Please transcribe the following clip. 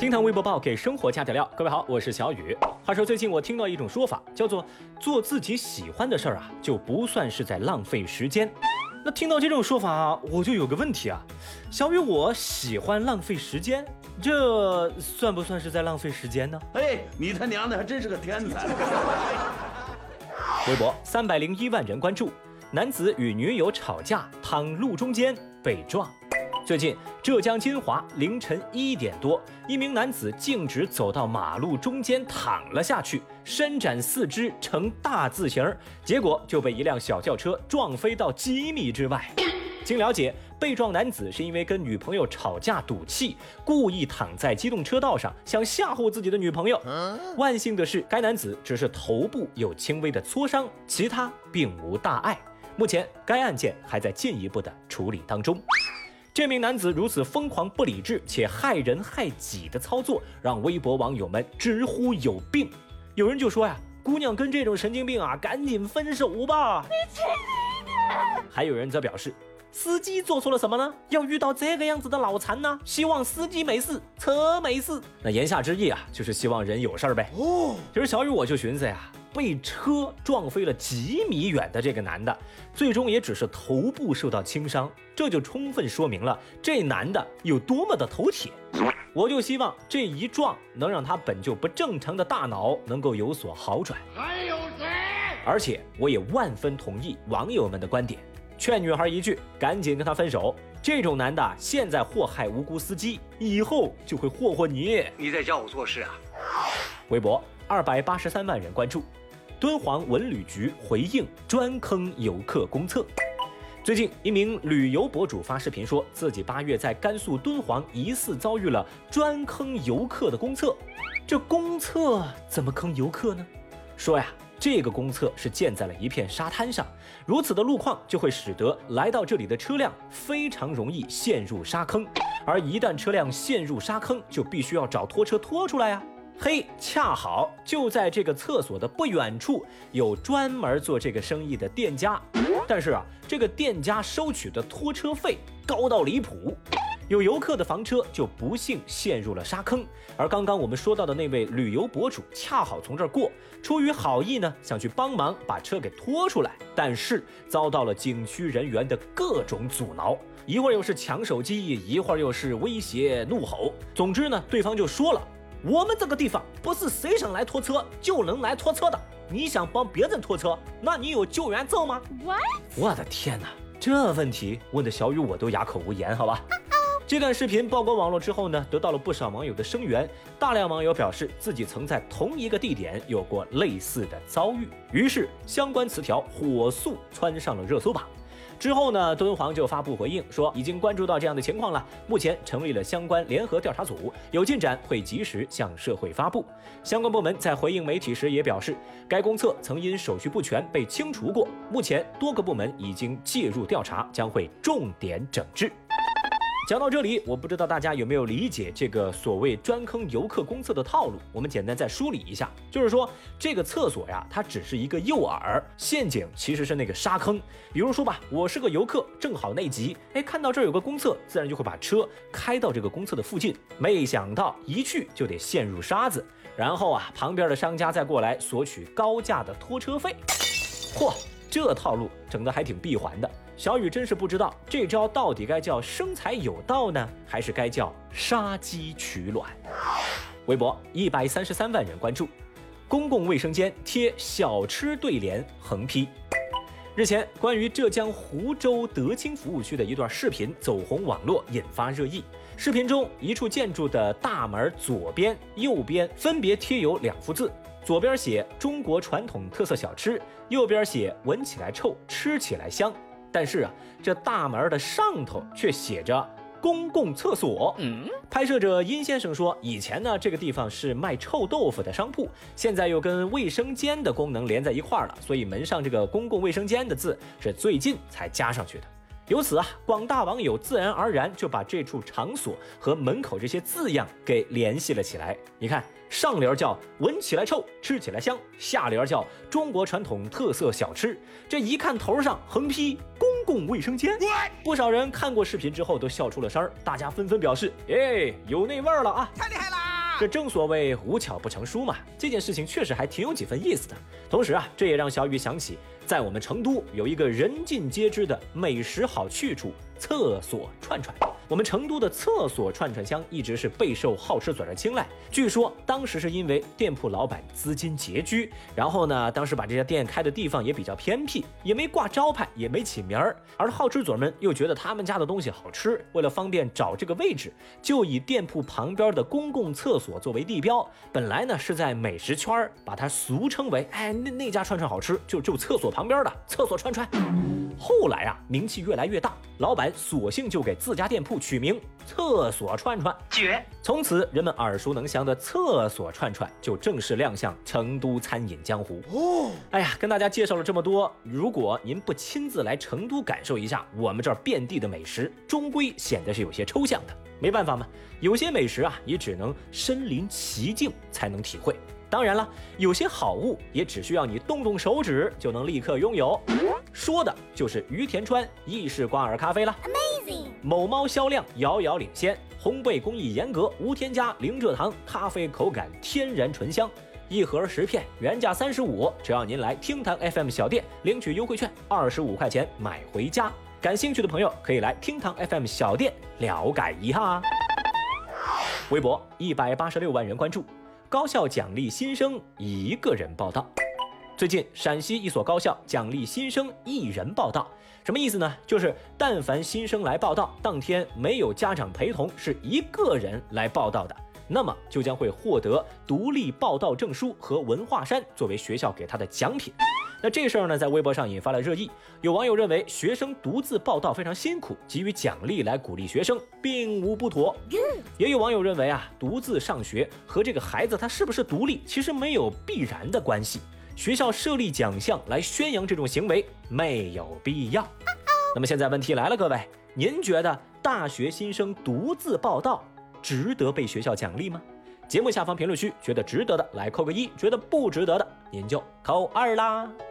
听堂微博报给生活加点料，各位好，我是小雨。话说最近我听到一种说法，叫做做自己喜欢的事儿啊，就不算是在浪费时间。那听到这种说法，我就有个问题啊，小雨，我喜欢浪费时间，这算不算是在浪费时间呢？ 哎，你他娘的还真是个天才！ 微博301万人关注，男子与女友吵架，躺路中间被撞。最近，浙江金华凌晨1点多，一名男子径直走到马路中间躺了下去，伸展四肢呈大字形，结果就被一辆小轿车撞飞到几米之外。经了解，被撞男子是因为跟女朋友吵架赌气，故意躺在机动车道上，想吓唬自己的女朋友。万幸的是，该男子只是头部有轻微的挫伤，其他并无大碍。目前，该案件还在进一步的处理当中。这名男子如此疯狂不理智且害人害己的操作，让微博网友们直呼有病。有人就说呀，姑娘跟这种神经病啊，赶紧分手吧。你去你的！还有人则表示，司机做错了什么呢？要遇到这个样子的脑残呢？希望司机没事，车没事。那言下之意啊，就是希望人有事儿呗。其实小雨我就寻思呀，被车撞飞了几米远的这个男的，最终也只是头部受到轻伤，这就充分说明了这男的有多么的头铁。我就希望这一撞能让他本就不正常的大脑能够有所好转。 还有谁？ 而且我也万分同意网友们的观点，劝女孩一句，赶紧跟他分手。这种男的现在祸害无辜司机，以后就会祸祸你。 你在教我做事啊？ 微博283万人关注，敦煌文旅局回应专坑游客公厕。最近，一名旅游博主发视频说，自己8月在甘肃敦煌疑似遭遇了专坑游客的公厕。这公厕怎么坑游客呢？说呀，这个公厕是建在了一片沙滩上，如此的路况就会使得来到这里的车辆非常容易陷入沙坑，而一旦车辆陷入沙坑，就必须要找拖车拖出来呀。嘿，恰好就在这个厕所的不远处有专门做这个生意的店家，但是啊，这个店家收取的拖车费高到离谱，有游客的房车就不幸陷入了沙坑，而刚刚我们说到的那位旅游博主恰好从这儿过，出于好意呢，想去帮忙把车给拖出来，但是遭到了景区人员的各种阻挠，一会儿又是抢手机，一会儿又是威胁怒吼，总之呢，对方就说了，我们这个地方不是谁想来拖车就能来拖车的，你想帮别人拖车，那你有救援证吗？ What？ 我的天哪，这问题问的小雨我都哑口无言，好吧。这段视频曝光网络之后呢，得到了不少网友的声援，大量网友表示自己曾在同一个地点有过类似的遭遇，于是相关词条火速窜上了热搜榜。之后呢，敦煌就发布回应说，已经关注到这样的情况了，目前成立了相关联合调查组，有进展会及时向社会发布。相关部门在回应媒体时也表示，该公厕曾因手续不全被清除过，目前多个部门已经介入调查，将会重点整治。讲到这里，我不知道大家有没有理解这个所谓专坑游客公厕的套路，我们简单再梳理一下，就是说这个厕所呀，它只是一个诱饵，陷阱其实是那个沙坑。比如说吧，我是个游客，正好内急，看到这儿有个公厕，自然就会把车开到这个公厕的附近，没想到一去就得陷入沙子，然后啊，旁边的商家再过来索取高价的拖车费。嚯，这套路整得还挺闭环的。小雨真是不知道这招到底该叫生财有道呢，还是该叫杀鸡取卵。微博133万人关注，公共卫生间贴小吃对联横批。日前，关于浙江湖州德清服务区的一段视频走红网络，引发热议。视频中，一处建筑的大门左边、右边分别贴有2幅字，左边写中国传统特色小吃，右边写闻起来臭，吃起来香。但是啊，这大门的上头却写着公共厕所。拍摄者殷先生说，以前呢，这个地方是卖臭豆腐的商铺，现在又跟卫生间的功能连在一块了，所以门上这个公共卫生间的字是最近才加上去的。由此啊，广大网友自然而然就把这处场所和门口这些字样给联系了起来。你看，上联叫闻起来臭，吃起来香，下联叫中国传统特色小吃。这一看头上横批公共卫生间，不少人看过视频之后都笑出了声儿，大家纷纷表示，有那味儿了啊， 太厉害啦！ 这正所谓无巧不成书嘛，这件事情确实还挺有几分意思的。同时啊，这也让小雨想起，在我们成都有一个人尽皆知的美食好去处——厕所串串。我们成都的厕所串串香一直是备受好吃嘴的青睐。据说当时是因为店铺老板资金拮据，然后呢，当时把这家店开的地方也比较偏僻，也没挂招牌，也没起名儿，而好吃嘴们又觉得他们家的东西好吃，为了方便找这个位置，就以店铺旁边的公共厕所作为地标。本来呢是在美食圈把它俗称为那家串串好吃，就厕所旁边的厕所串串。后来啊，名气越来越大，老板索性就给自家店铺取名厕所串串，绝！从此人们耳熟能详的厕所串串就正式亮相成都餐饮江湖。哎呀，跟大家介绍了这么多，如果您不亲自来成都感受一下我们这儿遍地的美食，终归显得是有些抽象的。没办法嘛，有些美食啊，也只能身临其境才能体会。当然了，有些好物也只需要你动动手指就能立刻拥有。说的就是于田川意式挂耳咖啡了。Amazing！ 某猫销量遥遥领先，烘焙工艺严格，无添加，零蔗糖，咖啡口感天然醇香。一盒10片，原价35，只要您来厅堂 FM 小店领取优惠券，25块钱买回家。感兴趣的朋友可以来厅堂 FM 小店了解一下。微博186万人关注。高校奖励新生1个人报到。最近陕西一所高校奖励新生1人报到，什么意思呢？就是但凡新生来报到，当天没有家长陪同，是1个人来报到的，那么就将会获得独立报到证书和文化衫作为学校给他的奖品。那这事儿呢，在微博上引发了热议。有网友认为学生独自报到非常辛苦，给予奖励来鼓励学生，并无不妥。也有网友认为啊，独自上学和这个孩子他是不是独立，其实没有必然的关系。学校设立奖项来宣扬这种行为没有必要。那么现在问题来了，各位，您觉得大学新生独自报到值得被学校奖励吗？节目下方评论区觉得值得的来扣个1，觉得不值得的您就扣2啦。